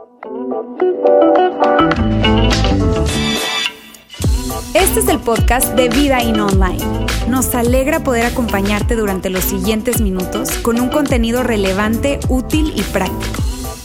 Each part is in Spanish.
Este es el podcast de Vida In Online. Nos alegra poder acompañarte durante los siguientes minutos con un contenido relevante, útil y práctico.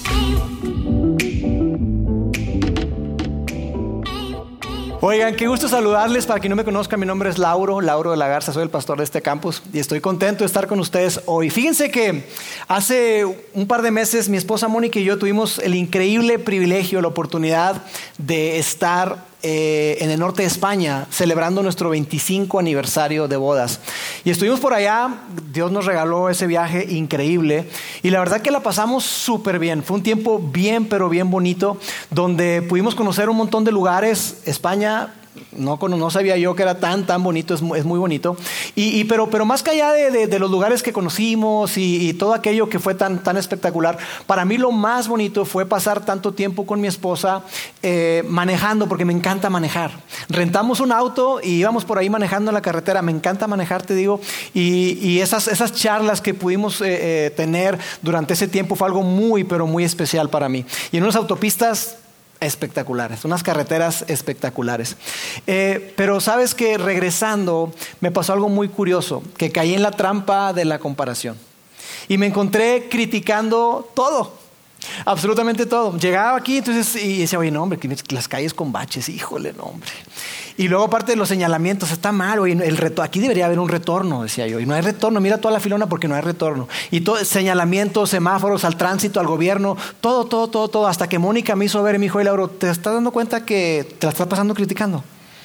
Oigan, qué gusto saludarles. Para quien no me conozca, mi nombre es Lauro de la Garza, soy el pastor de este campus y estoy contento de estar con ustedes hoy. Fíjense que hace un par de meses mi esposa Mónica y yo tuvimos el increíble privilegio, la oportunidad de estar en el norte de España celebrando nuestro 25 aniversario de bodas. Y estuvimos por allá, Dios nos regaló ese viaje increíble y la verdad que la pasamos súper bien. Fue un tiempo bien, pero bien bonito, donde pudimos conocer un montón de lugares. España, no sabía yo que era tan bonito, es muy bonito. Pero más que allá de los lugares que conocimos y todo aquello que fue tan espectacular, para mí lo más bonito fue pasar tanto tiempo con mi esposa manejando, porque me encanta manejar. Rentamos un auto y íbamos por ahí manejando en la carretera. Me encanta manejar, te digo, y esas charlas que pudimos tener durante ese tiempo fue algo muy, pero muy especial para mí. Y en unas autopistas espectaculares, unas carreteras espectaculares. Pero sabes que regresando me pasó algo muy curioso, que caí en la trampa de la comparación y me encontré criticando todo. Absolutamente todo. Llegaba aquí entonces y decía, oye, no, hombre, que las calles con baches, híjole, no, hombre. Y luego aparte de los señalamientos, está mal, oye, aquí debería haber un retorno, decía yo. Y no hay retorno, mira toda la filona porque no hay retorno. Y todo, señalamientos, semáforos, al tránsito, al gobierno, todo. Hasta que Mónica me hizo ver y me dijo, Lauro, ¿te estás dando cuenta que te la estás pasando criticando?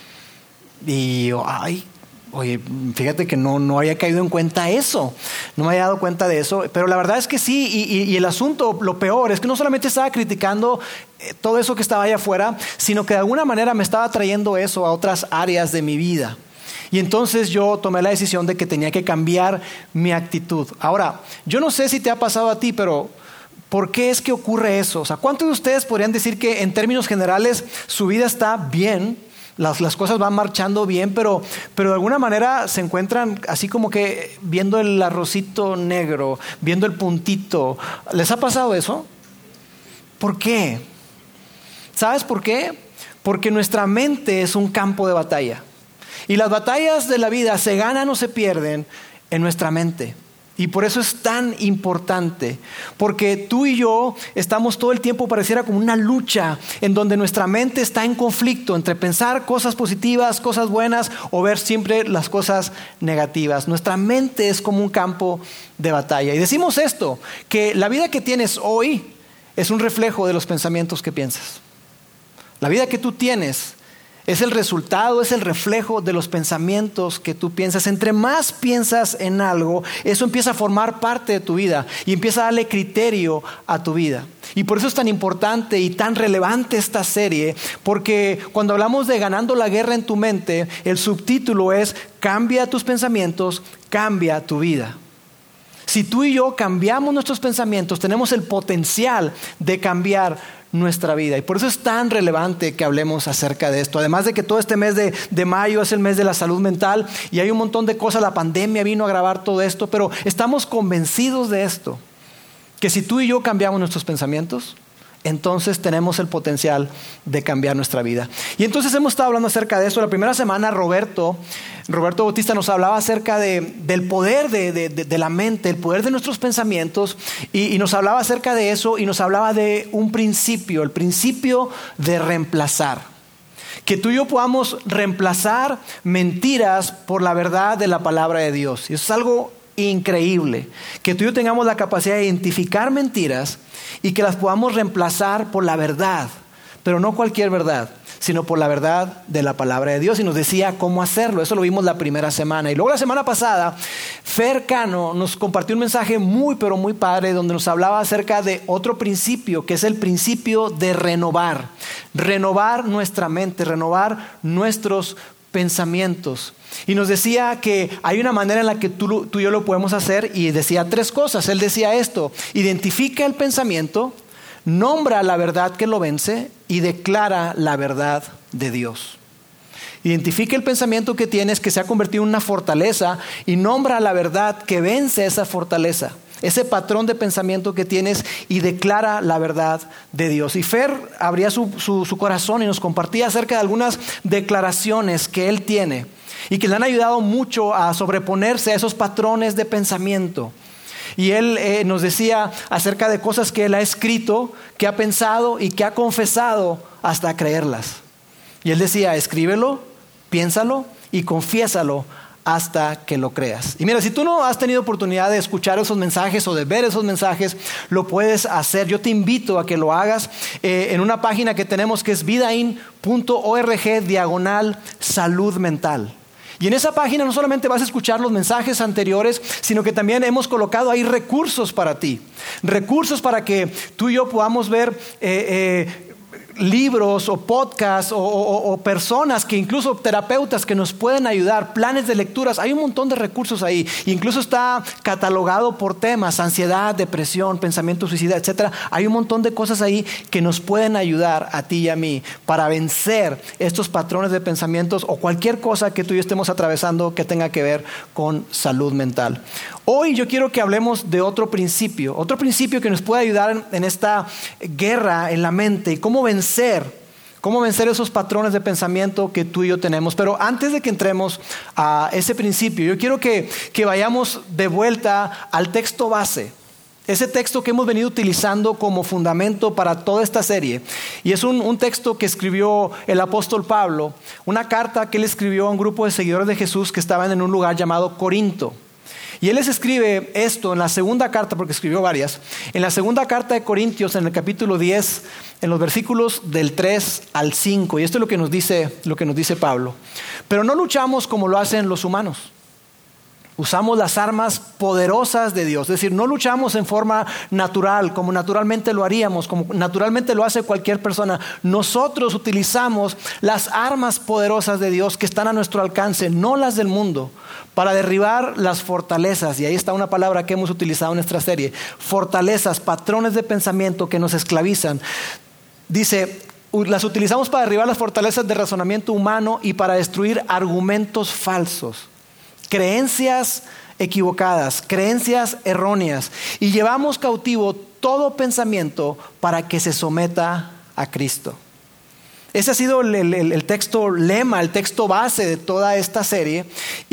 Y yo, oye, fíjate que no había caído en cuenta eso, no me había dado cuenta de eso, pero la verdad es que sí, y el asunto, lo peor, es que no solamente estaba criticando todo eso que estaba allá afuera, sino que de alguna manera me estaba trayendo eso a otras áreas de mi vida. Y entonces yo tomé la decisión de que tenía que cambiar mi actitud. Ahora, yo no sé si te ha pasado a ti, pero ¿por qué es que ocurre eso? O sea, ¿cuántos de ustedes podrían decir que en términos generales su vida está bien? Las cosas van marchando bien, pero de alguna manera se encuentran así como que viendo el arrocito negro, viendo el puntito. ¿Les ha pasado eso? ¿Por qué? ¿Sabes por qué? Porque nuestra mente es un campo de batalla. Y las batallas de la vida se ganan o se pierden en nuestra mente. Y por eso es tan importante, porque tú y yo estamos todo el tiempo, pareciera como una lucha en donde nuestra mente está en conflicto entre pensar cosas positivas, cosas buenas o ver siempre las cosas negativas. Nuestra mente es como un campo de batalla. Y decimos esto, que la vida que tienes hoy es un reflejo de los pensamientos que piensas. La vida que tú tienes es el resultado, es el reflejo de los pensamientos que tú piensas. Entre más piensas en algo, eso empieza a formar parte de tu vida y empieza a darle criterio a tu vida. Y por eso es tan importante y tan relevante esta serie, porque cuando hablamos de ganando la guerra en tu mente, el subtítulo es cambia tus pensamientos, cambia tu vida. Si tú y yo cambiamos nuestros pensamientos, tenemos el potencial de cambiar nuestra vida. Y por eso es tan relevante que hablemos acerca de esto. Además de que todo este mes de mayo es el mes de la salud mental y hay un montón de cosas, la pandemia vino a agravar todo esto, pero estamos convencidos de esto, que si tú y yo cambiamos nuestros pensamientos, entonces tenemos el potencial de cambiar nuestra vida. Y entonces hemos estado hablando acerca de eso. La primera semana Roberto Bautista nos hablaba acerca del poder de la mente, el poder de nuestros pensamientos, y nos hablaba acerca de eso y nos hablaba de un principio, el principio de reemplazar. Que tú y yo podamos reemplazar mentiras por la verdad de la palabra de Dios. Y eso es algo increíble, que tú y yo tengamos la capacidad de identificar mentiras y que las podamos reemplazar por la verdad, pero no cualquier verdad, sino por la verdad de la palabra de Dios. Y nos decía cómo hacerlo. Eso lo vimos la primera semana. Y luego la semana pasada, Fer Cano nos compartió un mensaje muy, pero muy padre, donde nos hablaba acerca de otro principio, que es el principio de renovar. Renovar nuestra mente, renovar nuestros pensamientos. Y nos decía que hay una manera en la que tú y yo lo podemos hacer, y decía 3 cosas. Él decía esto: identifica el pensamiento, nombra la verdad que lo vence y declara la verdad de Dios. Identifica el pensamiento que tienes, que se ha convertido en una fortaleza, y nombra la verdad que vence esa fortaleza. ese patrón de pensamiento que tienes y declara la verdad de Dios. Y Fer abría su corazón y nos compartía acerca de algunas declaraciones que él tiene y que le han ayudado mucho a sobreponerse a esos patrones de pensamiento. Y él nos decía acerca de cosas que él ha escrito, que ha pensado y que ha confesado hasta creerlas. Y él decía, escríbelo, piénsalo y confiésalo hasta que lo creas. Y mira, si tú no has tenido oportunidad de escuchar esos mensajes o de ver esos mensajes, lo puedes hacer. Yo te invito a que lo hagas en una página que tenemos que es vidain.org/salud mental. Y en esa página no solamente vas a escuchar los mensajes anteriores, sino que también hemos colocado ahí recursos para ti. Recursos para que tú y yo podamos ver libros o podcasts o personas que incluso terapeutas que nos pueden ayudar, planes de lecturas. Hay un montón de recursos ahí. Incluso está catalogado por temas, ansiedad, depresión, pensamiento suicida, etc. Hay un montón de cosas ahí que nos pueden ayudar a ti y a mí para vencer estos patrones de pensamientos o cualquier cosa que tú y yo estemos atravesando que tenga que ver con salud mental. Hoy yo quiero que hablemos de otro principio que nos puede ayudar en esta guerra en la mente y cómo vencer esos patrones de pensamiento que tú y yo tenemos. Pero antes de que entremos a ese principio, yo quiero que vayamos de vuelta al texto base. Ese texto que hemos venido utilizando como fundamento para toda esta serie. Y es un texto que escribió el apóstol Pablo, una carta que él escribió a un grupo de seguidores de Jesús que estaban en un lugar llamado Corinto. Y él les escribe esto en la segunda carta, porque escribió varias, en la segunda carta de Corintios, en el capítulo 10, en los versículos del 3 al 5. Y esto es lo que nos dice Pablo. Pero no luchamos como lo hacen los humanos. Usamos las armas poderosas de Dios, es decir, no luchamos en forma natural, como naturalmente lo haríamos, como naturalmente lo hace cualquier persona. Nosotros utilizamos las armas poderosas de Dios que están a nuestro alcance, no las del mundo, para derribar las fortalezas. Y ahí está una palabra que hemos utilizado en nuestra serie: fortalezas, patrones de pensamiento que nos esclavizan. Dice, las utilizamos para derribar las fortalezas de razonamiento humano y para destruir argumentos falsos, creencias equivocadas, creencias erróneas, y llevamos cautivo todo pensamiento para que se someta a Cristo. Ese ha sido el texto lema, el texto base de toda esta serie.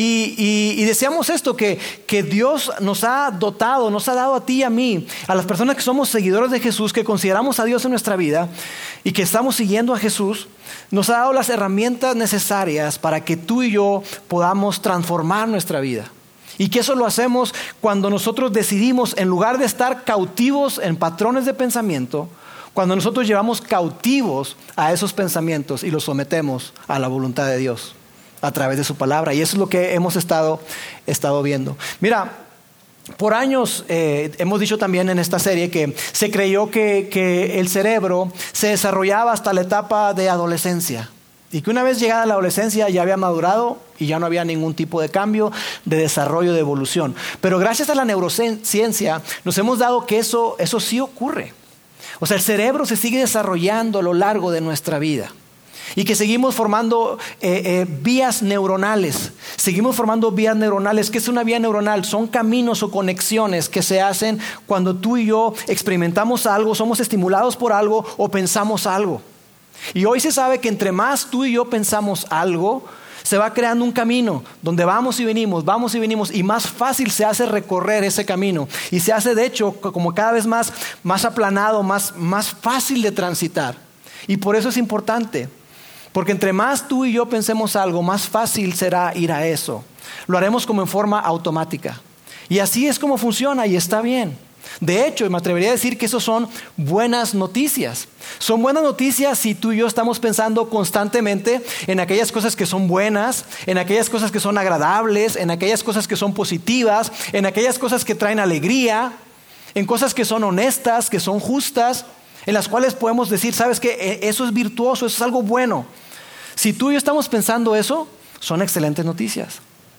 Y deseamos esto, que Dios nos ha dotado, nos ha dado a ti y a mí, a las personas que somos seguidores de Jesús, que consideramos a Dios en nuestra vida y que estamos siguiendo a Jesús, nos ha dado las herramientas necesarias para que tú y yo podamos transformar nuestra vida. Y que eso lo hacemos cuando nosotros decidimos, en lugar de estar cautivos en patrones de pensamiento, cuando nosotros llevamos cautivos a esos pensamientos y los sometemos a la voluntad de Dios a través de su palabra. Y eso es lo que hemos estado viendo. Mira, por años hemos dicho también en esta serie que se creyó que el cerebro se desarrollaba hasta la etapa de adolescencia. Y que una vez llegada a la adolescencia ya había madurado y ya no había ningún tipo de cambio, de desarrollo, de evolución. Pero gracias a la neurociencia nos hemos dado que eso sí ocurre. O sea, el cerebro se sigue desarrollando a lo largo de nuestra vida. Y que seguimos formando vías neuronales. Seguimos formando vías neuronales. ¿Qué es una vía neuronal? Son caminos o conexiones que se hacen cuando tú y yo experimentamos algo, somos estimulados por algo o pensamos algo. Y hoy se sabe que entre más tú y yo pensamos algo, se va creando un camino donde vamos y venimos y más fácil se hace recorrer ese camino. Y se hace de hecho como cada vez más aplanado, más fácil de transitar. Y por eso es importante, porque entre más tú y yo pensemos algo, más fácil será ir a eso. Lo haremos como en forma automática. Y así es como funciona y está bien. De hecho, me atrevería a decir que eso son buenas noticias. Son buenas noticias si tú y yo estamos pensando constantemente en aquellas cosas que son buenas, en aquellas cosas que son agradables, en aquellas cosas que son positivas, en aquellas cosas que traen alegría, en cosas que son honestas, que son justas, en las cuales podemos decir, ¿sabes qué? Eso es virtuoso, eso es algo bueno. Si tú y yo estamos pensando eso, son excelentes noticias.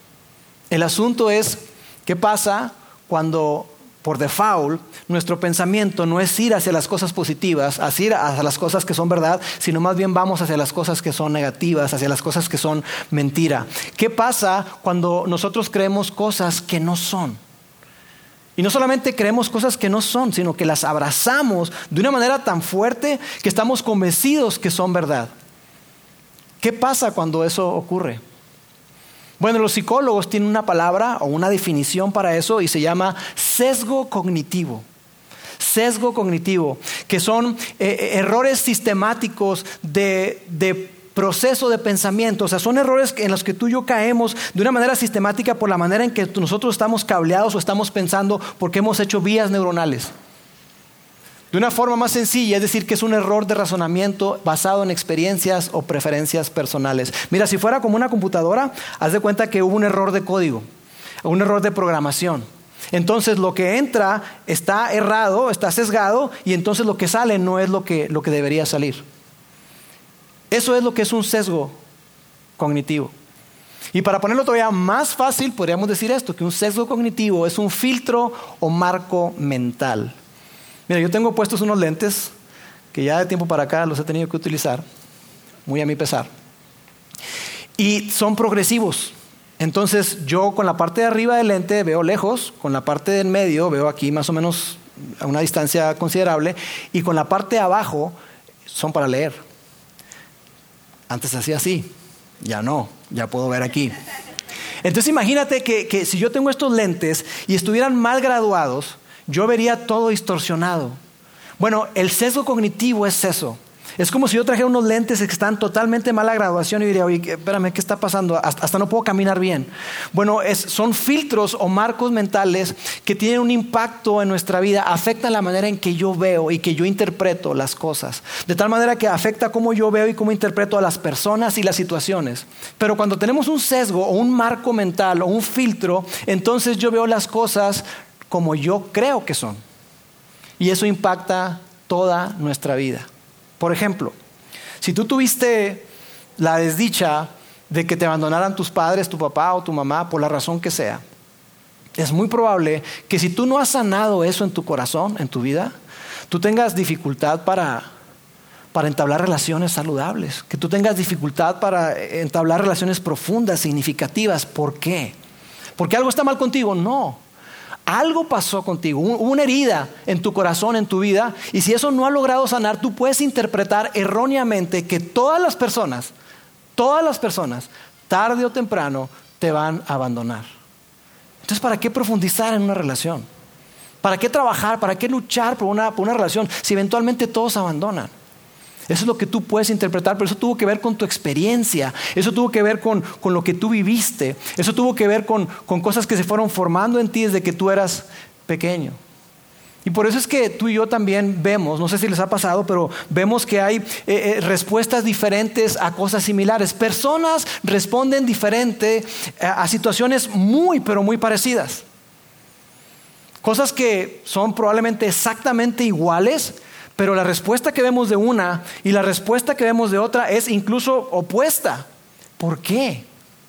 El asunto es, ¿qué pasa cuando por default nuestro pensamiento no es ir hacia las cosas positivas, hacia las cosas que son verdad, sino más bien vamos hacia las cosas que son negativas, hacia las cosas que son mentira? ¿Qué pasa cuando nosotros creemos cosas que no son? Y no solamente creemos cosas que no son, sino que las abrazamos de una manera tan fuerte que estamos convencidos que son verdad. ¿Qué pasa cuando eso ocurre? Bueno, los psicólogos tienen una palabra o una definición para eso y se llama sesgo cognitivo. Sesgo cognitivo, que son errores sistemáticos de proceso de pensamiento. O sea, son errores en los que tú y yo caemos de una manera sistemática por la manera en que nosotros estamos cableados o estamos pensando porque hemos hecho vías neuronales. De una forma más sencilla, es decir, que es un error de razonamiento basado en experiencias o preferencias personales. Mira, si fuera como una computadora, haz de cuenta que hubo un error de código, un error de programación. Entonces lo que entra está errado, está sesgado, y entonces lo que sale no es lo que debería salir. Eso es lo que es un sesgo cognitivo. Y para ponerlo todavía más fácil, podríamos decir esto, que un sesgo cognitivo es un filtro o marco mental. Mira, yo tengo puestos unos lentes que ya de tiempo para acá los he tenido que utilizar, muy a mi pesar. Y son progresivos. Entonces yo con la parte de arriba del lente veo lejos, con la parte del medio veo aquí más o menos a una distancia considerable, y con la parte de abajo son para leer. Antes hacía así, ya no, ya puedo ver aquí. Entonces imagínate que si yo tengo estos lentes y estuvieran mal graduados, yo vería todo distorsionado. Bueno, el sesgo cognitivo es eso. Es como si yo trajera unos lentes que están totalmente mala graduación y diría, oye, espérame, ¿qué está pasando? Hasta no puedo caminar bien. Bueno, son filtros o marcos mentales que tienen un impacto en nuestra vida, afectan la manera en que yo veo y que yo interpreto las cosas. De tal manera que afecta cómo yo veo y cómo interpreto a las personas y las situaciones. Pero cuando tenemos un sesgo o un marco mental o un filtro, entonces yo veo las cosas como yo creo que son. Y eso impacta toda nuestra vida. Por ejemplo, si tú tuviste la desdicha de que te abandonaran tus padres, tu papá o tu mamá, por la razón que sea, es muy probable que si tú no has sanado eso en tu corazón, en tu vida, tú tengas dificultad para entablar relaciones saludables, que tú tengas dificultad para entablar relaciones profundas, significativas. ¿Por qué? ¿Porque algo está mal contigo? No. Algo pasó contigo, hubo una herida en tu corazón, en tu vida, y si eso no ha logrado sanar, tú puedes interpretar erróneamente que todas las personas, tarde o temprano, te van a abandonar. Entonces, ¿para qué profundizar en una relación? ¿Para qué trabajar? ¿Para qué luchar por una relación si eventualmente todos abandonan? Eso es lo que tú puedes interpretar, pero eso tuvo que ver con tu experiencia, eso tuvo que ver con lo que tú viviste, eso tuvo que ver con cosas que se fueron formando en ti desde que tú eras pequeño. Y por eso es que tú y yo también vemos, no sé si les ha pasado, pero vemos que hay respuestas diferentes a cosas similares. Personas responden diferente a situaciones muy, pero muy parecidas. Cosas que son probablemente exactamente iguales, pero la respuesta que vemos de una y la respuesta que vemos de otra es incluso opuesta. ¿Por qué?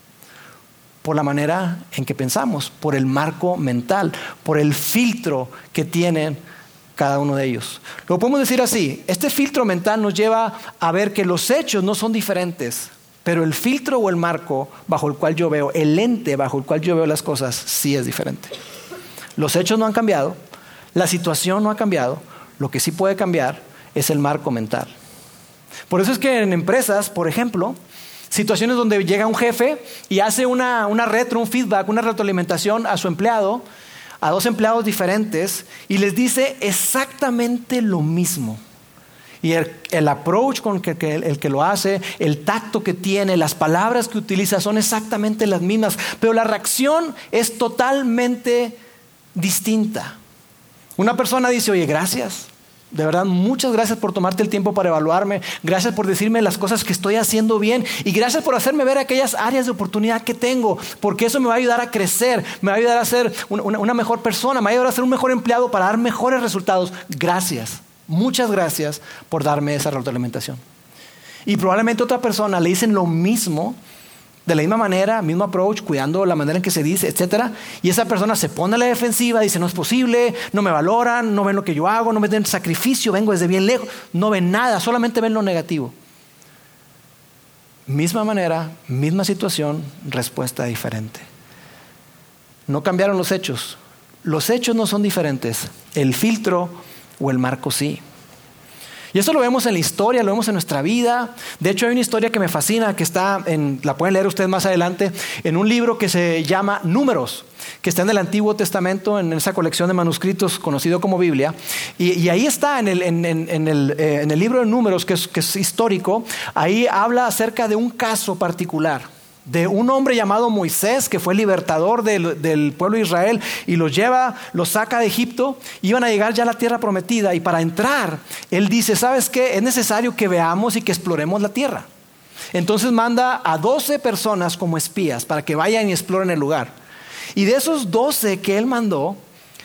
Por la manera en que pensamos, por el marco mental, por el filtro que tienen cada uno de ellos. Lo podemos decir así, este filtro mental nos lleva a ver que los hechos no son diferentes, pero el filtro o el marco bajo el cual yo veo, el lente bajo el cual yo veo las cosas, sí es diferente. Los hechos no han cambiado, la situación no ha cambiado. Lo que sí puede cambiar es el marco mental. Por eso es que en empresas, por ejemplo, situaciones donde llega un jefe y hace un feedback, una retroalimentación a su empleado, a dos empleados diferentes, y les dice exactamente lo mismo. Y el approach con el que lo hace, el tacto que tiene, las palabras que utiliza son exactamente las mismas, pero la reacción es totalmente distinta. Una persona dice, oye, gracias, de verdad, muchas gracias por tomarte el tiempo para evaluarme, gracias por decirme las cosas que estoy haciendo bien y gracias por hacerme ver aquellas áreas de oportunidad que tengo, porque eso me va a ayudar a crecer, me va a ayudar a ser una mejor persona, me va a ayudar a ser un mejor empleado para dar mejores resultados. Gracias, muchas gracias por darme esa retroalimentación. Y probablemente otra persona le dicen lo mismo, de la misma manera, mismo approach, cuidando la manera en que se dice, etcétera. Y esa persona se pone a la defensiva, dice, no es posible, no me valoran, no ven lo que yo hago, no me den sacrificio, vengo desde bien lejos. No ven nada, solamente ven lo negativo. Misma manera, misma situación, respuesta diferente. No cambiaron los hechos, los hechos no son diferentes, el filtro o el marco sí. Y eso lo vemos en la historia, lo vemos en nuestra vida. De hecho, hay una historia que me fascina, que la pueden leer ustedes más adelante, en un libro que se llama Números, que está en el Antiguo Testamento, en esa colección de manuscritos conocido como Biblia. Y ahí está, en el libro de Números, que es histórico, ahí habla acerca de un caso particular, de un hombre llamado Moisés, que fue libertador del pueblo de Israel y los saca de Egipto. Iban a llegar ya a la tierra prometida, y para entrar, él dice, ¿sabes qué? Es necesario que veamos y que exploremos la tierra. Entonces manda a 12 personas como espías para que vayan y exploren el lugar. Y de esos 12 que él mandó,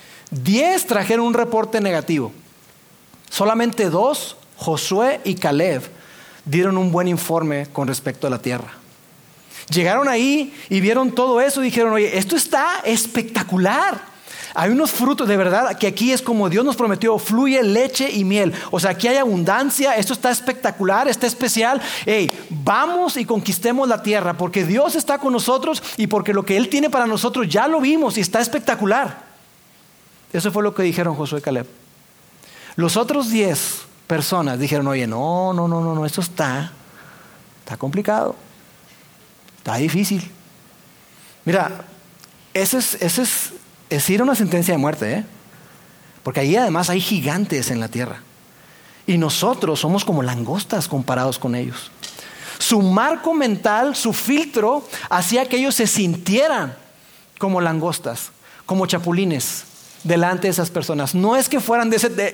10 trajeron un reporte negativo. Solamente 2, Josué y Caleb, dieron un buen informe con respecto a la tierra. Llegaron ahí y vieron todo eso y dijeron, oye, esto está espectacular. Hay unos frutos, de verdad, que aquí es como Dios nos prometió, fluye leche y miel. O sea, aquí hay abundancia, esto está espectacular, está especial. Hey, vamos y conquistemos la tierra, porque Dios está con nosotros y porque lo que Él tiene para nosotros ya lo vimos y está espectacular. Eso fue lo que dijeron Josué y Caleb. Los otros 10 personas dijeron, oye, no, esto está complicado. Está difícil. Mira, eso es ir a una sentencia de muerte, porque ahí además hay gigantes en la tierra. Y nosotros somos como langostas comparados con ellos. Su marco mental, su filtro, hacía que ellos se sintieran como langostas, como chapulines delante de esas personas. No es que fueran de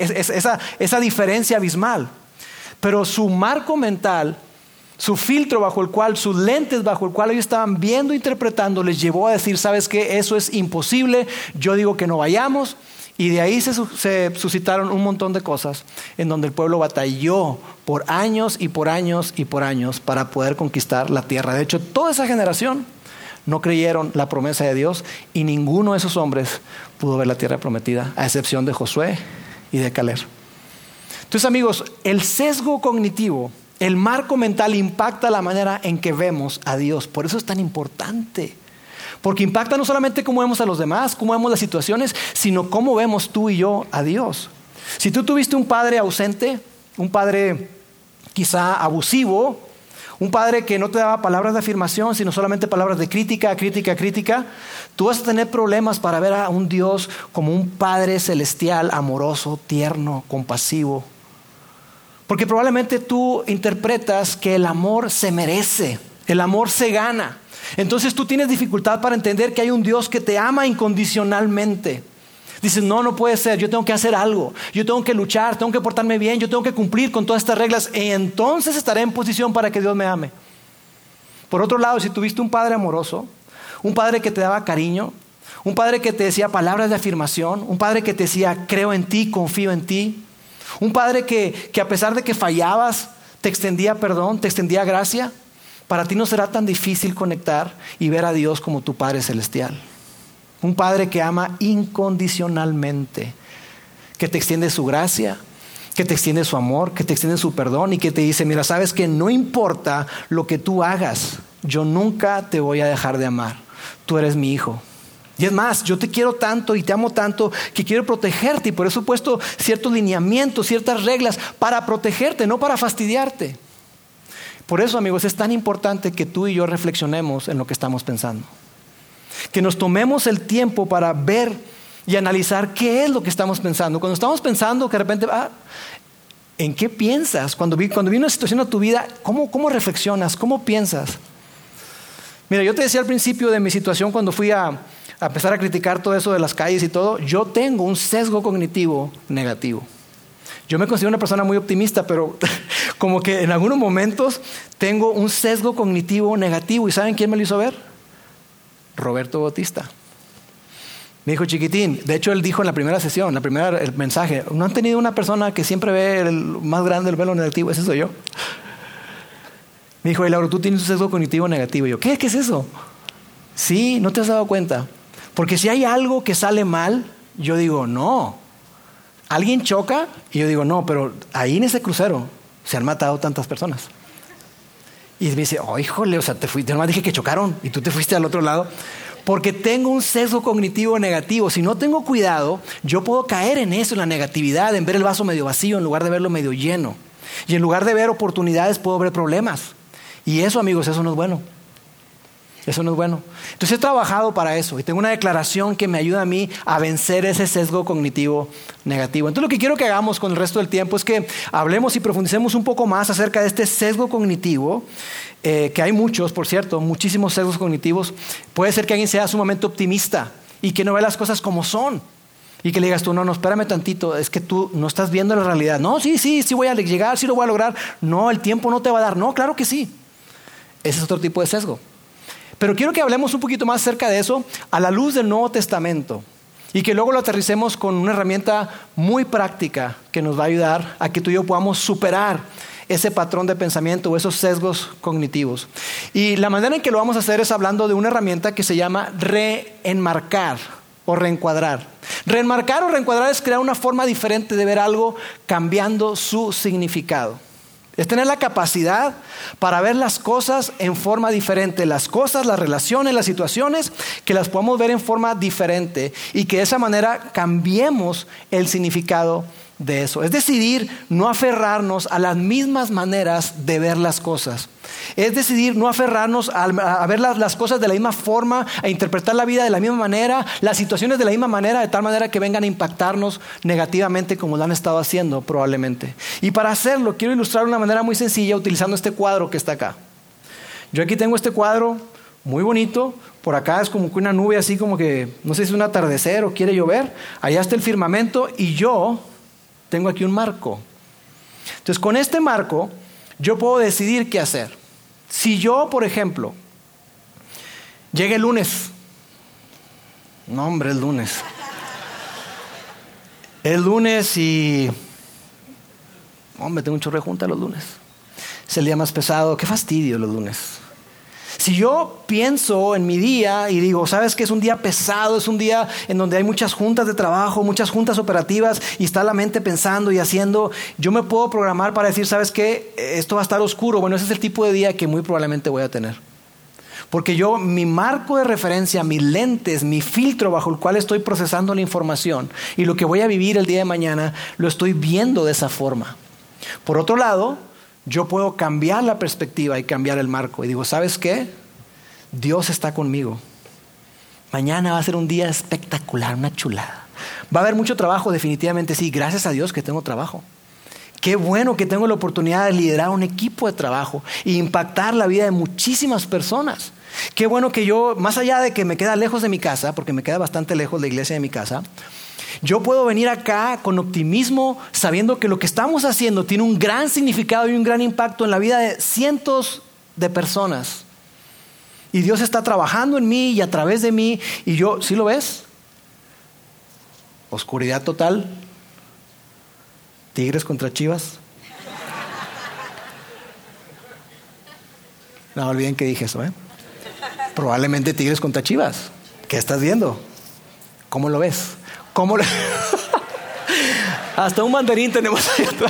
esa diferencia abismal, pero su marco mental, su filtro bajo el cual, sus lentes bajo el cual ellos estaban viendo, interpretando, les llevó a decir, ¿sabes qué? Eso es imposible, yo digo que no vayamos. Y de ahí se suscitaron un montón de cosas en donde el pueblo batalló por años y por años y por años para poder conquistar la tierra. De hecho, toda esa generación no creyeron la promesa de Dios y ninguno de esos hombres pudo ver la tierra prometida, a excepción de Josué y de Caleb. Entonces, amigos, el sesgo cognitivo, el marco mental impacta la manera en que vemos a Dios. Por eso es tan importante. Porque impacta no solamente cómo vemos a los demás, cómo vemos las situaciones, sino cómo vemos tú y yo a Dios. Si tú tuviste un padre ausente, un padre quizá abusivo, un padre que no te daba palabras de afirmación, sino solamente palabras de crítica, tú vas a tener problemas para ver a un Dios como un Padre celestial, amoroso, tierno, compasivo. Porque probablemente tú interpretas que el amor se merece, el amor se gana. Entonces tú tienes dificultad para entender que hay un Dios que te ama incondicionalmente. Dices, no puede ser, yo tengo que hacer algo, yo tengo que luchar, tengo que portarme bien, yo tengo que cumplir con todas estas reglas, y entonces estaré en posición para que Dios me ame. Por otro lado, si tuviste un padre amoroso, un padre que te daba cariño, un padre que te decía palabras de afirmación, un padre que te decía, creo en ti, confío en ti, un padre que a pesar de que fallabas, te extendía perdón, te extendía gracia, para ti no será tan difícil conectar y ver a Dios como tu Padre Celestial. Un Padre que ama incondicionalmente, que te extiende su gracia, que te extiende su amor, que te extiende su perdón y que te dice, mira, sabes que no importa lo que tú hagas, yo nunca te voy a dejar de amar. Tú eres mi hijo. Y es más, yo te quiero tanto y te amo tanto que quiero protegerte, y por eso he puesto ciertos lineamientos, ciertas reglas para protegerte, no para fastidiarte. Por eso, amigos, es tan importante que tú y yo reflexionemos en lo que estamos pensando. Que nos tomemos el tiempo para ver y analizar qué es lo que estamos pensando. Cuando estamos pensando que de repente, ¿en qué piensas? Cuando viene una situación a tu vida, ¿cómo reflexionas? ¿Cómo piensas? Mira, yo te decía al principio de mi situación cuando fui a empezar a criticar todo eso de las calles y todo, yo tengo un sesgo cognitivo negativo. Yo me considero una persona muy optimista, pero como que en algunos momentos tengo un sesgo cognitivo negativo. ¿Y saben quién me lo hizo ver? Roberto Bautista. Me dijo, chiquitín, de hecho él dijo en la primera sesión, el mensaje, ¿no han tenido una persona que siempre ve el más grande el velo negativo? Ese soy yo. Me dijo, Lauro, tú tienes un sesgo cognitivo negativo. Y yo, ¿qué es eso? Sí, ¿no te has dado cuenta? Porque si hay algo que sale mal, yo digo, no. Alguien choca y yo digo, no, pero ahí en ese crucero se han matado tantas personas. Y me dice, híjole, o sea, te fuiste, nomás dije que chocaron y tú te fuiste al otro lado. Porque tengo un sesgo cognitivo negativo. Si no tengo cuidado, yo puedo caer en eso, en la negatividad, en ver el vaso medio vacío en lugar de verlo medio lleno. Y en lugar de ver oportunidades, puedo ver problemas. Y eso, amigos, eso no es bueno. Eso no es bueno. Entonces he trabajado para eso y tengo una declaración que me ayuda a mí a vencer ese sesgo cognitivo negativo. Entonces lo que quiero que hagamos con el resto del tiempo es que hablemos y profundicemos un poco más acerca de este sesgo cognitivo, que hay muchos, por cierto, muchísimos sesgos cognitivos. Puede ser que alguien sea sumamente optimista y que no ve las cosas como son. Y que le digas tú, no, espérame tantito, es que tú no estás viendo la realidad. No, sí voy a llegar, sí lo voy a lograr. No, el tiempo no te va a dar. No, claro que sí. Ese es otro tipo de sesgo. Pero quiero que hablemos un poquito más acerca de eso a la luz del Nuevo Testamento y que luego lo aterricemos con una herramienta muy práctica que nos va a ayudar a que tú y yo podamos superar ese patrón de pensamiento o esos sesgos cognitivos. Y la manera en que lo vamos a hacer es hablando de una herramienta que se llama reenmarcar o reencuadrar. Reenmarcar o reencuadrar es crear una forma diferente de ver algo cambiando su significado. Es tener la capacidad para ver las cosas en forma diferente. Las cosas, las relaciones, las situaciones, que las podamos ver en forma diferente. Y que de esa manera cambiemos el significado de eso. Es decidir no aferrarnos a las mismas maneras de ver las cosas. Es decidir no aferrarnos a ver las cosas de la misma forma, a interpretar la vida de la misma manera, las situaciones de la misma manera, de tal manera que vengan a impactarnos negativamente como lo han estado haciendo probablemente. Y para hacerlo quiero ilustrar de una manera muy sencilla utilizando este cuadro que está acá. Yo aquí tengo este cuadro muy bonito. Por acá es como que una nube así como que no sé si es un atardecer o quiere llover. Allá está el firmamento y yo tengo aquí un marco. Entonces con este marco yo puedo decidir qué hacer. Si yo, por ejemplo, llega el lunes. No, hombre, el lunes. El lunes y... Hombre, tengo un chorro de junta los lunes. Es el día más pesado. Qué fastidio los lunes. Si yo pienso en mi día y digo, ¿sabes qué? Es un día pesado, es un día en donde hay muchas juntas de trabajo, muchas juntas operativas y está la mente pensando y haciendo, yo me puedo programar para decir, ¿sabes qué? Esto va a estar oscuro. Bueno, ese es el tipo de día que muy probablemente voy a tener. Porque yo, mi marco de referencia, mis lentes, mi filtro bajo el cual estoy procesando la información y lo que voy a vivir el día de mañana, lo estoy viendo de esa forma. Por otro lado, yo puedo cambiar la perspectiva y cambiar el marco. Y digo, ¿sabes qué? Dios está conmigo. Mañana va a ser un día espectacular, una chulada. Va a haber mucho trabajo, definitivamente sí. Gracias a Dios que tengo trabajo. Qué bueno que tengo la oportunidad de liderar un equipo de trabajo e impactar la vida de muchísimas personas. Qué bueno que yo, más allá de que me queda lejos de mi casa, porque me queda bastante lejos la iglesia de mi casa, yo puedo venir acá con optimismo, sabiendo que lo que estamos haciendo tiene un gran significado y un gran impacto en la vida de cientos de personas. Y Dios está trabajando en mí y a través de mí. Y yo, ¿sí lo ves? Oscuridad total. Tigres contra Chivas. No olviden que dije eso, ¿eh? Probablemente Tigres contra Chivas. ¿Qué estás viendo? ¿Cómo lo ves? ¿Cómo le... Hasta un mandarín tenemos ahí atrás.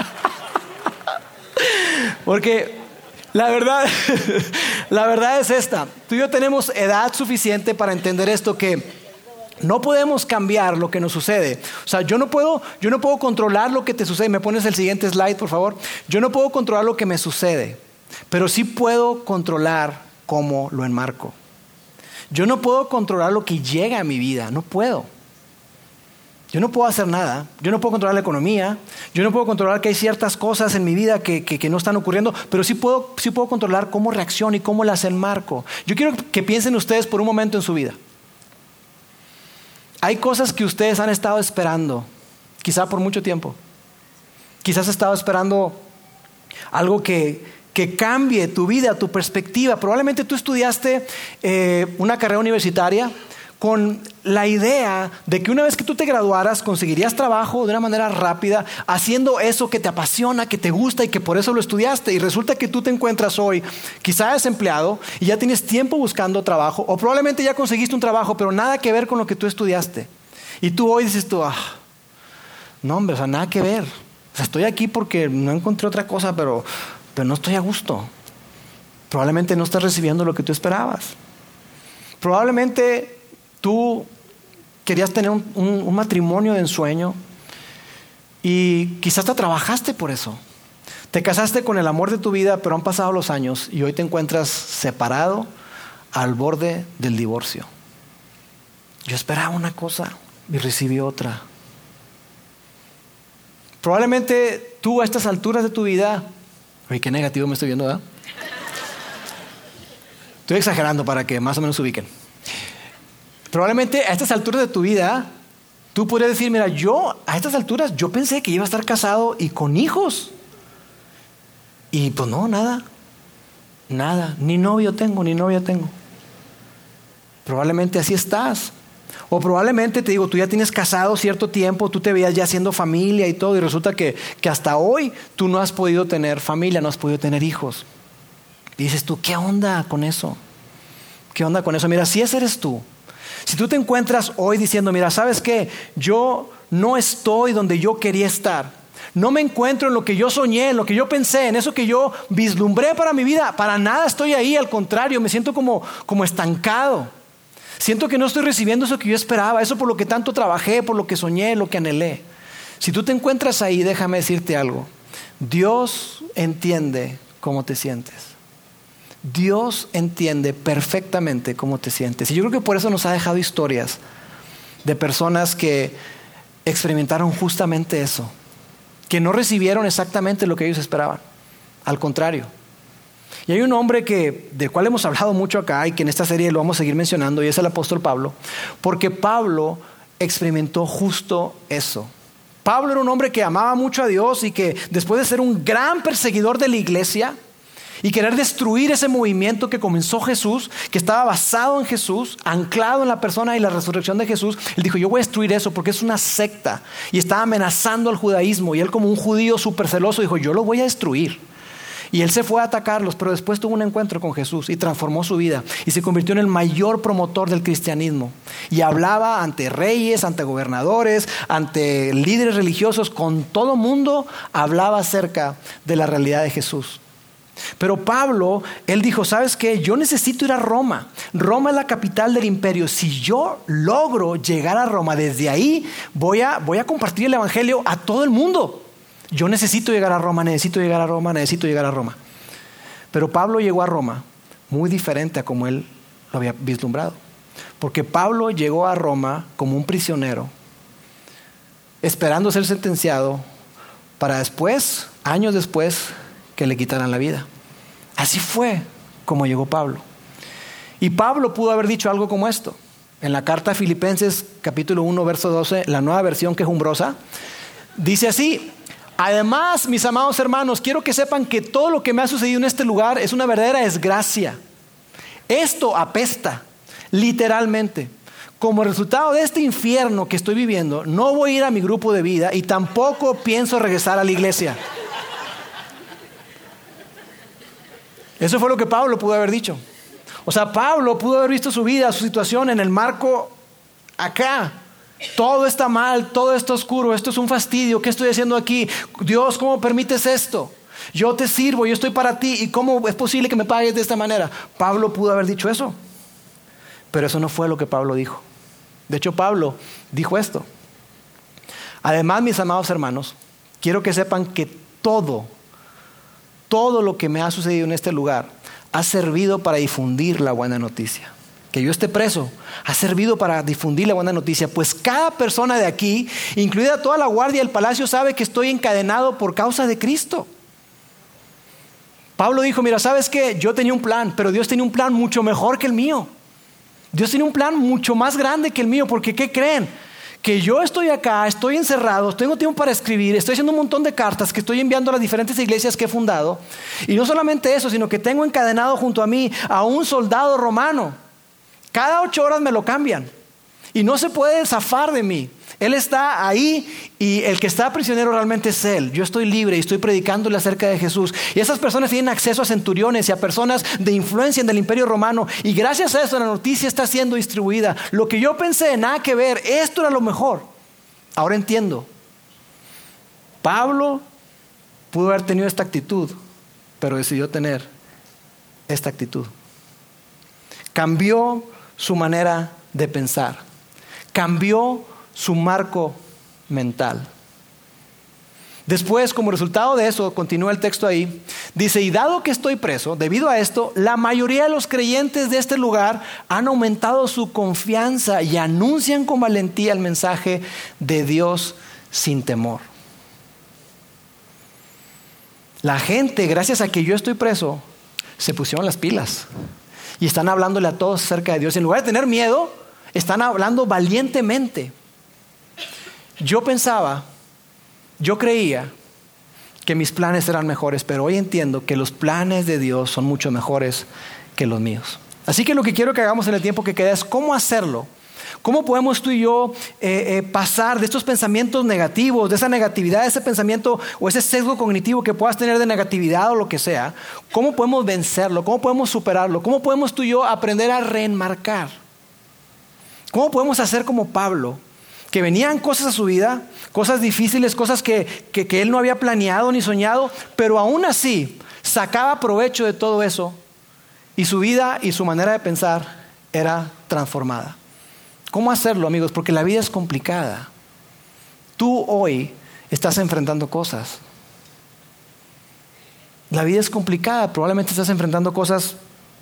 Porque la verdad es esta. Tú y yo tenemos edad suficiente para entender esto, que no podemos cambiar lo que nos sucede. O sea, yo no puedo controlar lo que te sucede. ¿Me pones el siguiente slide, por favor? Yo no puedo controlar lo que me sucede, pero sí puedo controlar cómo lo enmarco. Yo no puedo controlar lo que llega a mi vida. No puedo. Yo no puedo hacer nada. Yo no puedo controlar la economía. Yo no puedo controlar que hay ciertas cosas en mi vida que no están ocurriendo, pero sí puedo controlar cómo reacciono y cómo las enmarco. Yo quiero que piensen ustedes por un momento en su vida. Hay cosas que ustedes han estado esperando, quizá por mucho tiempo. Quizás has estado esperando algo que cambie tu vida, tu perspectiva. Probablemente tú estudiaste una carrera universitaria con la idea de que una vez que tú te graduaras conseguirías trabajo de una manera rápida haciendo eso que te apasiona, que te gusta y que por eso lo estudiaste, y resulta que tú te encuentras hoy quizá desempleado y ya tienes tiempo buscando trabajo, o probablemente ya conseguiste un trabajo pero nada que ver con lo que tú estudiaste, y tú hoy dices tú, no hombre, o sea, nada que ver, o sea, estoy aquí porque no encontré otra cosa, pero no estoy a gusto. Probablemente no estás recibiendo lo que tú esperabas. Probablemente tú querías tener un matrimonio de ensueño y quizás te trabajaste por eso. Te casaste con el amor de tu vida, pero han pasado los años y hoy te encuentras separado al borde del divorcio. Yo esperaba una cosa y recibí otra. Probablemente tú a estas alturas de tu vida, oye, qué negativo me estoy viendo, ¿verdad? Estoy exagerando para que más o menos se ubiquen. Probablemente a estas alturas de tu vida, tú podrías decir, mira, yo a estas alturas yo pensé que iba a estar casado y con hijos. Y pues no, nada, ni novio tengo, ni novia tengo. Probablemente así estás. O probablemente, te digo, tú ya tienes casado cierto tiempo, tú te veías ya haciendo familia y todo, y resulta que hasta hoy tú no has podido tener familia, no has podido tener hijos. Y dices tú, ¿qué onda con eso? ¿Qué onda con eso? Mira, si ese eres tú, si tú te encuentras hoy diciendo, mira, ¿sabes qué? Yo no estoy donde yo quería estar. No me encuentro en lo que yo soñé, en lo que yo pensé, en eso que yo vislumbré para mi vida. Para nada estoy ahí, al contrario, me siento como estancado. Siento que no estoy recibiendo eso que yo esperaba, eso por lo que tanto trabajé, por lo que soñé, lo que anhelé. Si tú te encuentras ahí, déjame decirte algo. Dios entiende cómo te sientes. Dios entiende perfectamente cómo te sientes. Y yo creo que por eso nos ha dejado historias de personas que experimentaron justamente eso, que no recibieron exactamente lo que ellos esperaban. Al contrario. Y hay un hombre del cual hemos hablado mucho acá y que en esta serie lo vamos a seguir mencionando, y es el apóstol Pablo, porque Pablo experimentó justo eso. Pablo era un hombre que amaba mucho a Dios y que después de ser un gran perseguidor de la iglesia y querer destruir ese movimiento que comenzó Jesús, que estaba basado en Jesús, anclado en la persona y la resurrección de Jesús, él dijo, yo voy a destruir eso porque es una secta y estaba amenazando al judaísmo, y él como un judío súper celoso dijo, yo lo voy a destruir. Y él se fue a atacarlos, pero después tuvo un encuentro con Jesús y transformó su vida y se convirtió en el mayor promotor del cristianismo. Y hablaba ante reyes, ante gobernadores, ante líderes religiosos, con todo mundo hablaba acerca de la realidad de Jesús. Pero Pablo, él dijo, ¿sabes qué? Yo necesito ir a Roma. Roma es la capital del imperio. Si yo logro llegar a Roma, desde ahí voy a compartir el evangelio a todo el mundo. Yo necesito llegar a Roma, necesito llegar a Roma, necesito llegar a Roma. Pero Pablo llegó a Roma muy diferente a como él lo había vislumbrado. Porque Pablo llegó a Roma como un prisionero, esperando ser sentenciado para después, años después, que le quitaran la vida. Así fue como llegó Pablo. Y Pablo pudo haber dicho algo como esto. En la carta a Filipenses, capítulo 1, verso 12, la nueva versión quejumbrosa, dice así: además, mis amados hermanos, quiero que sepan que todo lo que me ha sucedido en este lugar es una verdadera desgracia. Esto apesta, literalmente. Como resultado de este infierno que estoy viviendo, no voy a ir a mi grupo de vida y tampoco pienso regresar a la iglesia. Eso fue lo que Pablo pudo haber dicho. O sea, Pablo pudo haber visto su vida, su situación en el marco acá. Todo está mal, todo está oscuro, esto es un fastidio, ¿qué estoy haciendo aquí? Dios, ¿cómo permites esto? Yo te sirvo, yo estoy para ti, ¿y cómo es posible que me pagues de esta manera? Pablo pudo haber dicho eso, pero eso no fue lo que Pablo dijo. De hecho, Pablo dijo esto: además, mis amados hermanos, quiero que sepan que todo lo que me ha sucedido en este lugar ha servido para difundir la buena noticia. Que yo esté preso ha servido para difundir la buena noticia, pues cada persona de aquí, incluida toda la guardia del palacio, sabe que estoy encadenado por causa de Cristo. Pablo dijo, mira, ¿sabes qué? Yo tenía un plan, pero Dios tenía un plan mucho mejor que el mío. Dios tiene un plan mucho más grande que el mío, porque ¿qué creen? Que yo estoy acá, estoy encerrado, tengo tiempo para escribir, estoy haciendo un montón de cartas que estoy enviando a las diferentes iglesias que he fundado. Y no solamente eso, sino que tengo encadenado junto a mí a un soldado romano. Cada 8 horas me lo cambian y no se puede zafar de mí. Él está ahí y el que está prisionero realmente es él. Yo estoy libre y estoy predicándole acerca de Jesús. Y esas personas tienen acceso a centuriones y a personas de influencia en el imperio romano. Y gracias a eso la noticia está siendo distribuida. Lo que yo pensé, nada que ver, esto era lo mejor. Ahora entiendo. Pablo pudo haber tenido esta actitud, pero decidió tener esta actitud. Cambió su manera de pensar. Cambió su marco mental. Después, como resultado de eso, continúa el texto ahí, dice, y dado que estoy preso, debido a esto, la mayoría de los creyentes de este lugar han aumentado su confianza y anuncian con valentía el mensaje de Dios sin temor. La gente, gracias a que yo estoy preso, se pusieron las pilas y están hablándole a todos acerca de Dios. En lugar de tener miedo, están hablando valientemente. Yo creía que mis planes eran mejores, pero hoy entiendo que los planes de Dios son mucho mejores que los míos. Así que lo que quiero que hagamos en el tiempo que queda es cómo hacerlo. ¿Cómo podemos tú y yo pasar de estos pensamientos negativos, de esa negatividad, de ese pensamiento o ese sesgo cognitivo que puedas tener de negatividad o lo que sea? ¿Cómo podemos vencerlo? ¿Cómo podemos superarlo? ¿Cómo podemos tú y yo aprender a reenmarcar? ¿Cómo podemos hacer como Pablo? Que venían cosas a su vida, cosas difíciles, cosas que él no había planeado ni soñado, pero aún así sacaba provecho de todo eso y su vida y su manera de pensar era transformada. ¿Cómo hacerlo, amigos? Porque la vida es complicada. Tú hoy estás enfrentando cosas. La vida es complicada. Probablemente estás enfrentando cosas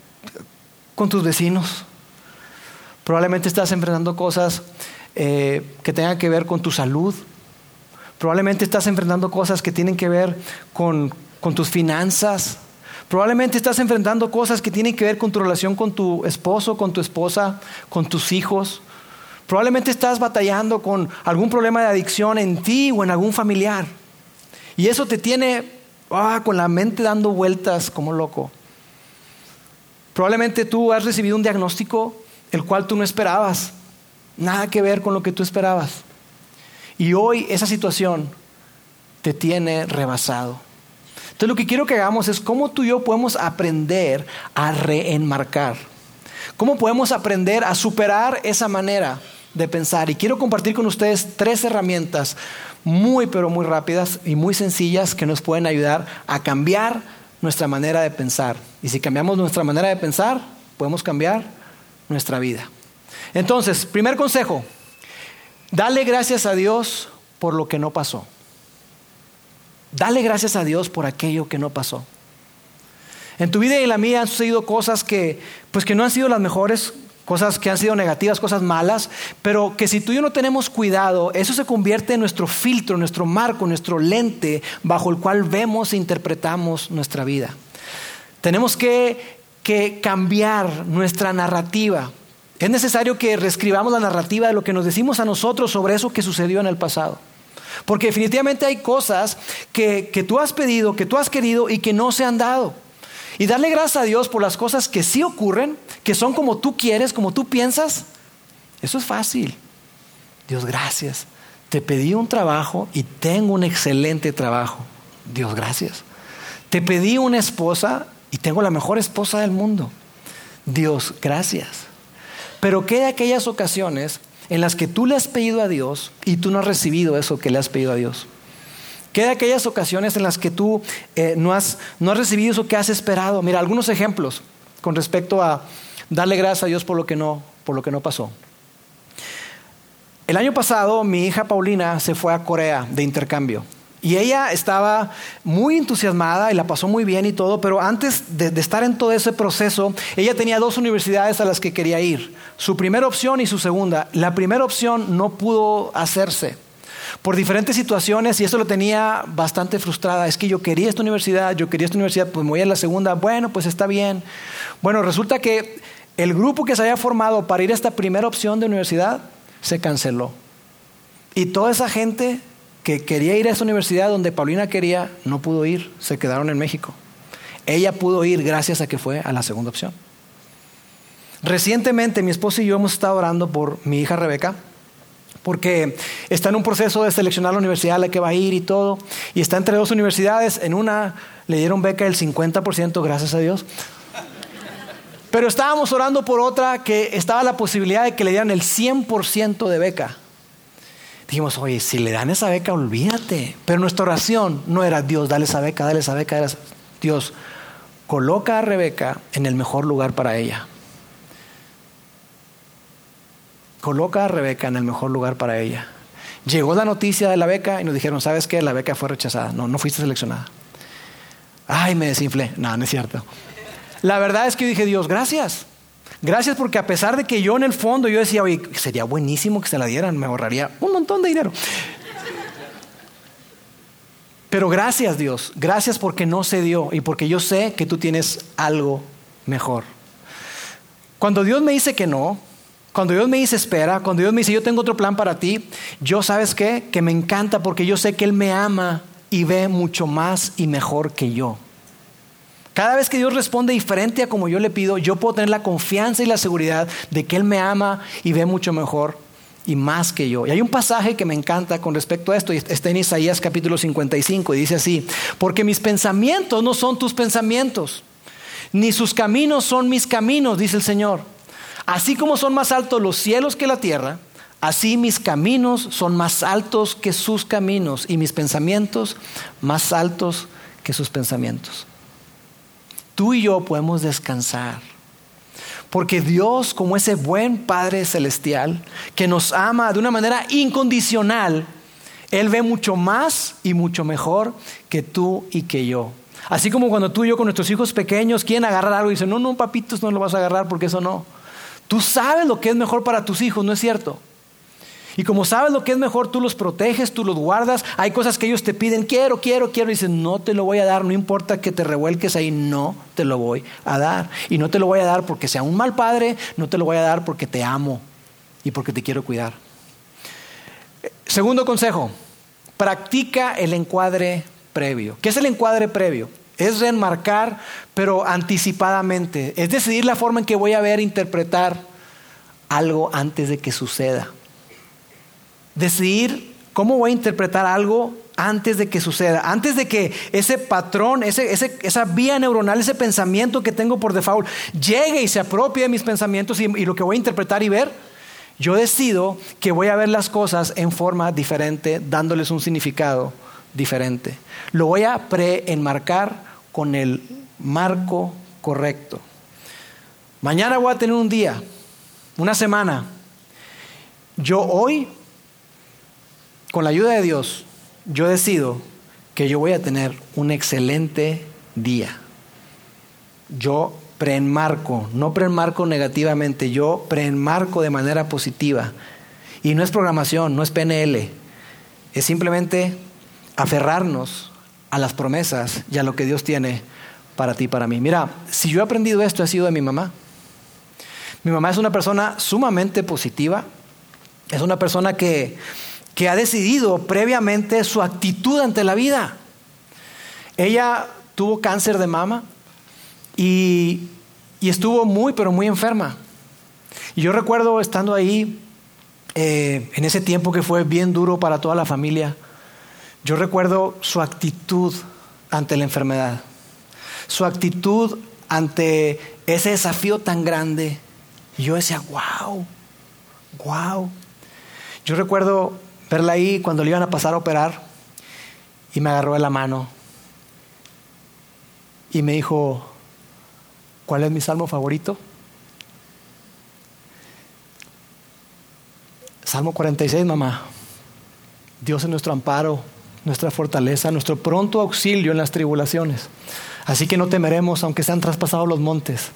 con tus vecinos. Probablemente estás enfrentando cosas que tengan que ver con tu salud. Probablemente estás enfrentando cosas que tienen que ver con tus finanzas. Probablemente estás enfrentando cosas que tienen que ver con tu relación con tu esposo, con tu esposa, con tus hijos. Probablemente estás batallando con algún problema de adicción en ti o en algún familiar. Y eso te tiene con la mente dando vueltas como loco. Probablemente tú has recibido un diagnóstico el cual tú no esperabas. Nada que ver con lo que tú esperabas. Y hoy esa situación te tiene rebasado. Entonces lo que quiero que hagamos es cómo tú y yo podemos aprender a reenmarcar. Cómo podemos aprender a superar esa manera de pensar. Y quiero compartir con ustedes 3 herramientas muy pero muy rápidas y muy sencillas que nos pueden ayudar a cambiar nuestra manera de pensar. Y si cambiamos nuestra manera de pensar, podemos cambiar nuestra vida. Entonces, primer consejo, dale gracias a Dios por lo que no pasó. Dale gracias a Dios por aquello que no pasó. En tu vida y en la mía han sucedido cosas que no han sido las mejores, cosas que han sido negativas, cosas malas, pero que si tú y yo no tenemos cuidado, eso se convierte en nuestro filtro, nuestro marco, nuestro lente bajo el cual vemos e interpretamos nuestra vida. Tenemos que cambiar nuestra narrativa. Es necesario que reescribamos la narrativa de lo que nos decimos a nosotros sobre eso que sucedió en el pasado. Porque definitivamente hay cosas que tú has pedido, que tú has querido y que no se han dado. Y darle gracias a Dios por las cosas que sí ocurren, que son como tú quieres, como tú piensas, eso es fácil. Dios, gracias. Te pedí un trabajo y tengo un excelente trabajo. Dios, gracias. Te pedí una esposa y tengo la mejor esposa del mundo. Dios, gracias. Pero ¿qué de aquellas ocasiones en las que tú le has pedido a Dios y tú no has recibido eso que le has pedido a Dios? ¿Qué de aquellas ocasiones en las que tú no has recibido eso que has esperado? Mira, algunos ejemplos con respecto a darle gracias a Dios por lo que no pasó. El año pasado mi hija Paulina se fue a Corea de intercambio. Y ella estaba muy entusiasmada y la pasó muy bien y todo, pero antes de estar en todo ese proceso, ella tenía 2 universidades a las que quería ir. Su primera opción y su segunda. La primera opción no pudo hacerse por diferentes situaciones y eso lo tenía bastante frustrada. Es que yo quería esta universidad, pues me voy a la segunda. Bueno, pues está bien. Bueno, resulta que el grupo que se había formado para ir a esta primera opción de universidad se canceló. Y toda esa gente que quería ir a esa universidad donde Paulina quería, no pudo ir, se quedaron en México. Ella pudo ir gracias a que fue a la segunda opción. Recientemente mi esposa y yo hemos estado orando por mi hija Rebeca, porque está en un proceso de seleccionar la universidad a la que va a ir y todo, y está entre 2 universidades. En una le dieron beca del 50%, gracias a Dios. Pero estábamos orando por otra que estaba la posibilidad de que le dieran el 100% de beca. Dijimos, oye, si le dan esa beca, olvídate. Pero nuestra oración no era, Dios, dale esa beca, dale esa beca. Dios, coloca a Rebeca en el mejor lugar para ella. coloca a Rebeca en el mejor lugar para ella. Llegó la noticia de la beca y nos dijeron, ¿sabes qué? La beca fue rechazada. No fuiste seleccionada. Ay, me desinflé. No es cierto. La verdad es que yo dije, Dios, gracias. Gracias porque a pesar de que yo en el fondo yo decía, oye, sería buenísimo que se la dieran, me ahorraría un montón de dinero. Pero gracias, Dios. Gracias porque no se dio y porque yo sé que tú tienes algo mejor. Cuando Dios me dice que no, cuando Dios me dice espera, cuando Dios me dice yo tengo otro plan para ti, yo, ¿sabes qué? Que me encanta porque yo sé que Él me ama y ve mucho más y mejor que yo. Cada vez que Dios responde diferente a como yo le pido, yo puedo tener la confianza y la seguridad de que Él me ama y ve mucho mejor y más que yo. Y hay un pasaje que me encanta con respecto a esto, y está en Isaías capítulo 55 y dice así, porque mis pensamientos no son tus pensamientos, ni sus caminos son mis caminos, dice el Señor. Así como son más altos los cielos que la tierra, así mis caminos son más altos que sus caminos y mis pensamientos más altos que sus pensamientos. Tú y yo podemos descansar, porque Dios, como ese buen Padre celestial que nos ama de una manera incondicional, Él ve mucho más y mucho mejor que tú y que yo. Así como cuando tú y yo con nuestros hijos pequeños quieren agarrar algo y dicen, no, papitos, no lo vas a agarrar porque eso no. Tú sabes lo que es mejor para tus hijos, ¿no es cierto? Y como sabes lo que es mejor, tú los proteges, tú los guardas. Hay cosas que ellos te piden, quiero. Y dicen, no te lo voy a dar, no importa que te revuelques ahí, no te lo voy a dar. Y no te lo voy a dar porque sea un mal padre, no te lo voy a dar porque te amo y porque te quiero cuidar. Segundo consejo, practica el encuadre previo. ¿Qué es el encuadre previo? Es reenmarcar, pero anticipadamente. Es decidir la forma en que voy a ver, interpretar algo antes de que suceda. Decidir cómo voy a interpretar algo antes de que suceda, antes de que ese patrón, esa vía neuronal, ese pensamiento que tengo por default llegue y se apropie de mis pensamientos y lo que voy a interpretar y ver. Yo decido que voy a ver las cosas en forma diferente, dándoles un significado diferente. Lo voy a preenmarcar con el marco correcto. Mañana voy a tener un día, una semana. Yo hoy, con la ayuda de Dios, yo decido que yo voy a tener un excelente día. Yo preenmarco, no preenmarco negativamente, yo preenmarco de manera positiva. Y no es programación, no es PNL, es simplemente aferrarnos a las promesas y a lo que Dios tiene para ti y para mí. Mira, si yo he aprendido esto, ha sido de mi mamá. Mi mamá es una persona sumamente positiva, es una persona que ha decidido previamente su actitud ante la vida. Ella tuvo cáncer de mama y estuvo muy, pero muy enferma. Y yo recuerdo estando ahí, en ese tiempo que fue bien duro para toda la familia, yo recuerdo su actitud ante la enfermedad, su actitud ante ese desafío tan grande. Y yo decía, wow. Yo recuerdo verla ahí cuando le iban a pasar a operar y me agarró de la mano y me dijo, ¿cuál es mi salmo favorito? Salmo 46, mamá. Dios es nuestro amparo, nuestra fortaleza, nuestro pronto auxilio en las tribulaciones. Así que no temeremos aunque sean traspasados los montes.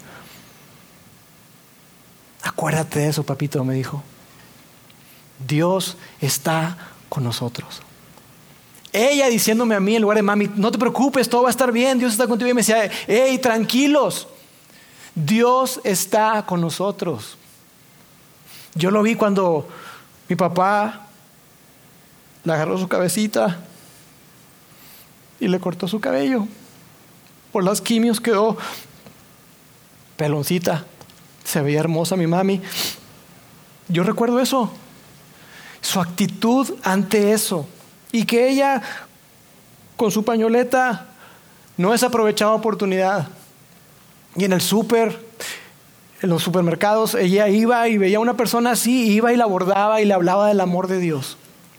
Acuérdate de eso, papito, me dijo. Dios está con nosotros. Ella diciéndome a mí en lugar de mami, no te preocupes, todo va a estar bien, Dios está contigo. Y me decía, hey, tranquilos, Dios está con nosotros. Yo lo vi cuando mi papá le agarró su cabecita y le cortó su cabello. Por las quimios quedó peloncita. Se veía hermosa mi mami. Yo recuerdo eso, su actitud ante eso, y que ella con su pañoleta no desaprovechaba oportunidad. Y en el en los supermercados, ella iba y veía a una persona así, iba y la abordaba y le hablaba del amor de Dios.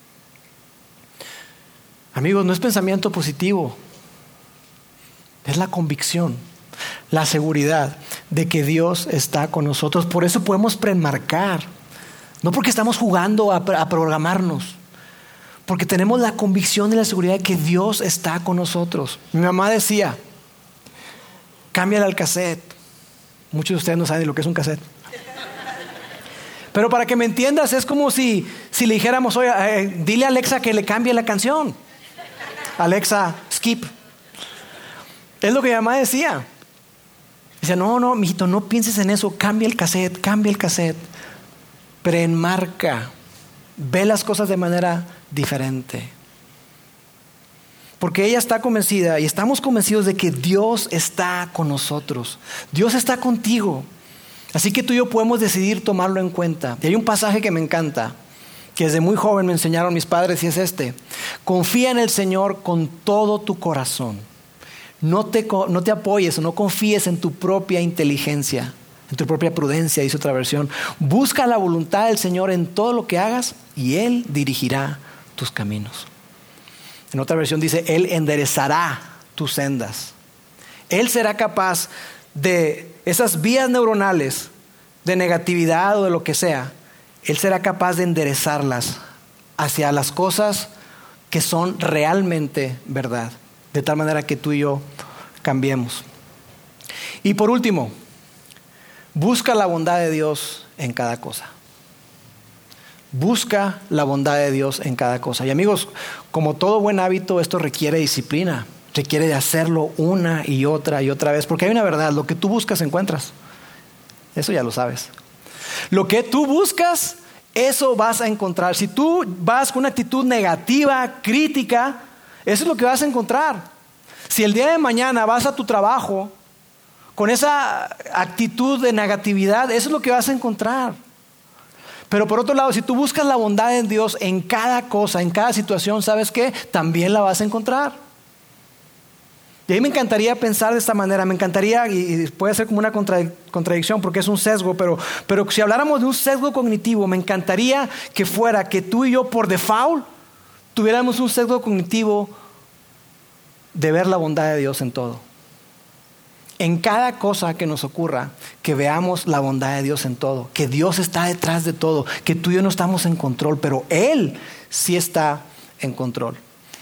Amigos, no es pensamiento positivo, es la convicción, la seguridad de que Dios está con nosotros. Por eso podemos preenmarcar No porque estamos jugando a programarnos, porque tenemos la convicción y la seguridad de que Dios está con nosotros. Mi mamá decía, cámbiale al cassette. Muchos de ustedes no saben lo que es un cassette. Pero para que me entiendas, es como si le dijéramos, oye, dile a Alexa que le cambie la canción. Alexa, skip. Es lo que mi mamá decía. Dice, no, mijito, no pienses en eso, cambia el cassette. Preenmarca, ve las cosas de manera diferente. Porque ella está convencida y estamos convencidos de que Dios está con nosotros. Dios está contigo. Así que tú y yo podemos decidir tomarlo en cuenta. Y hay un pasaje que me encanta, que desde muy joven me enseñaron mis padres, y es este: confía en el Señor con todo tu corazón. No te apoyes o no confíes en tu propia inteligencia, en tu propia prudencia, dice otra versión. Busca la voluntad del Señor en todo lo que hagas y Él dirigirá tus caminos. En otra versión dice, Él enderezará tus sendas. Él será capaz de esas vías neuronales de negatividad o de lo que sea. Él será capaz de enderezarlas hacia las cosas que son realmente verdad. De tal manera que tú y yo cambiemos. Y por último, busca la bondad de Dios en cada cosa. Busca la bondad de Dios en cada cosa. Y amigos, como todo buen hábito, esto requiere disciplina. Requiere de hacerlo una y otra vez. Porque hay una verdad, lo que tú buscas encuentras. Eso ya lo sabes. Lo que tú buscas, eso vas a encontrar. Si tú vas con una actitud negativa, crítica, eso es lo que vas a encontrar. Si el día de mañana vas a tu trabajo con esa actitud de negatividad, eso es lo que vas a encontrar. Pero por otro lado, si tú buscas la bondad de Dios en cada cosa, en cada situación, ¿sabes qué? También la vas a encontrar. Y a mí me encantaría pensar de esta manera, me encantaría, y puede ser como una contradicción porque es un sesgo, pero si habláramos de un sesgo cognitivo, me encantaría que fuera que tú y yo por default tuviéramos un sesgo cognitivo de ver la bondad de Dios en todo. En cada cosa que nos ocurra, que veamos la bondad de Dios en todo, que Dios está detrás de todo, que tú y yo no estamos en control, pero Él sí está en control.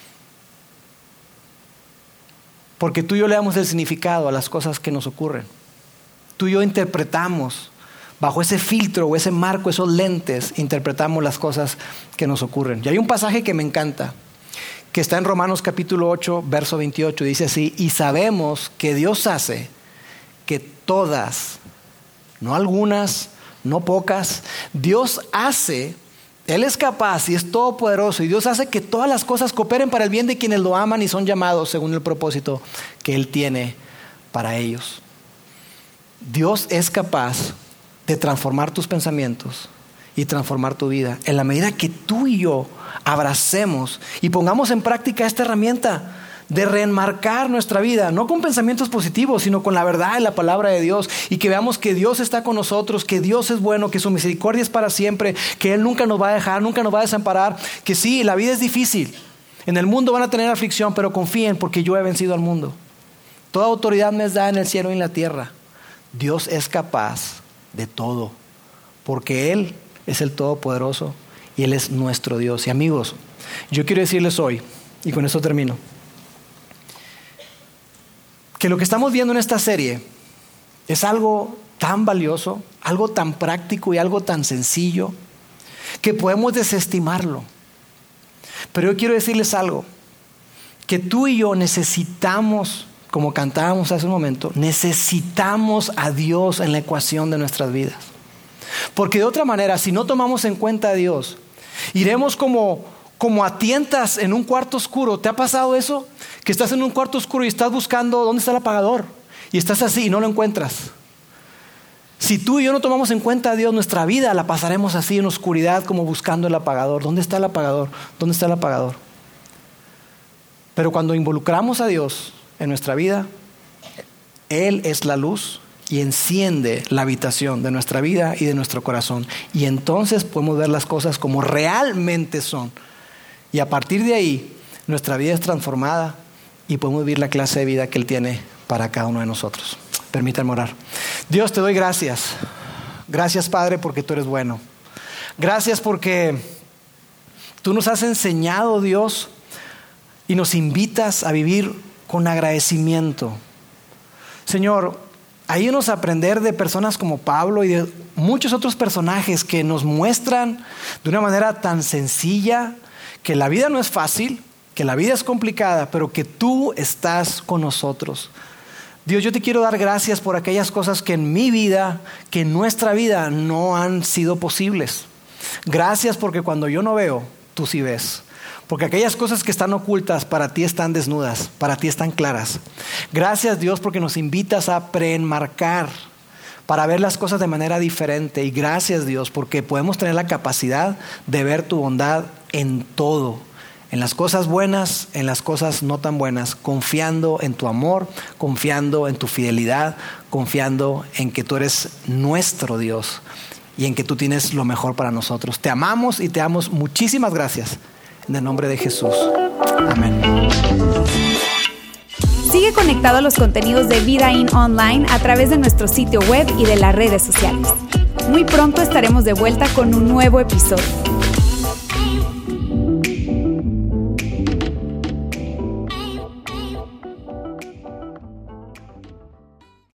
Porque tú y yo le damos el significado a las cosas que nos ocurren. Tú y yo interpretamos, bajo ese filtro o ese marco, esos lentes, interpretamos las cosas que nos ocurren. Y hay un pasaje que me encanta, que está en Romanos capítulo 8, verso 28, dice así: y sabemos que Dios hace que todas, no algunas, no pocas, Dios hace, Él es capaz y es todopoderoso, y Dios hace que todas las cosas cooperen para el bien de quienes lo aman y son llamados según el propósito que Él tiene para ellos. Dios es capaz de transformar tus pensamientos y transformar tu vida en la medida que tú y yo abracemos y pongamos en práctica esta herramienta de reenmarcar nuestra vida, no con pensamientos positivos, sino con la verdad de la palabra de Dios, y que veamos que Dios está con nosotros, que Dios es bueno, que su misericordia es para siempre, que Él nunca nos va a dejar, nunca nos va a desamparar, que sí, la vida es difícil, en el mundo van a tener aflicción, pero confíen porque yo he vencido al mundo. Toda autoridad me es dada en el cielo y en la tierra. Dios es capaz de todo, porque Él es el Todopoderoso y Él es nuestro Dios. Y amigos, yo quiero decirles hoy, y con esto termino, que lo que estamos viendo en esta serie es algo tan valioso, algo tan práctico y algo tan sencillo que podemos desestimarlo. Pero yo quiero decirles algo, que tú y yo necesitamos, como cantábamos hace un momento, necesitamos a Dios en la ecuación de nuestras vidas. Porque de otra manera, si no tomamos en cuenta a Dios, iremos como a tientas en un cuarto oscuro. ¿Te ha pasado eso? Que estás en un cuarto oscuro y estás buscando dónde está el apagador, y estás así y no lo encuentras. Si tú y yo no tomamos en cuenta a Dios, nuestra vida la pasaremos así en oscuridad, como buscando el apagador. ¿Dónde está el apagador? ¿Dónde está el apagador? Pero cuando involucramos a Dios en nuestra vida, Él es la luz y enciende la habitación de nuestra vida y de nuestro corazón. Y entonces podemos ver las cosas como realmente son. Y a partir de ahí, nuestra vida es transformada y podemos vivir la clase de vida que Él tiene para cada uno de nosotros. Permítanme orar. Dios, te doy gracias. Gracias, Padre, porque tú eres bueno. Gracias porque tú nos has enseñado, Dios, y nos invitas a vivir con agradecimiento. Señor, ayúdanos a aprender de personas como Pablo y de muchos otros personajes que nos muestran de una manera tan sencilla que la vida no es fácil, que la vida es complicada, pero que tú estás con nosotros. Dios, yo te quiero dar gracias por aquellas cosas que en mi vida, que en nuestra vida no han sido posibles. Gracias porque cuando yo no veo, tú sí ves. Porque aquellas cosas que están ocultas para ti están desnudas, para ti están claras. Gracias, Dios, porque nos invitas a preenmarcar para ver las cosas de manera diferente. Y gracias, Dios, porque podemos tener la capacidad de ver tu bondad en todo. En las cosas buenas, en las cosas no tan buenas, confiando en tu amor, confiando en tu fidelidad, confiando en que tú eres nuestro Dios y en que tú tienes lo mejor para nosotros. Te amamos y te damos muchísimas gracias. En el nombre de Jesús. Amén. Sigue conectado a los contenidos de Vida In Online a través de nuestro sitio web y de las redes sociales. Muy pronto estaremos de vuelta con un nuevo episodio.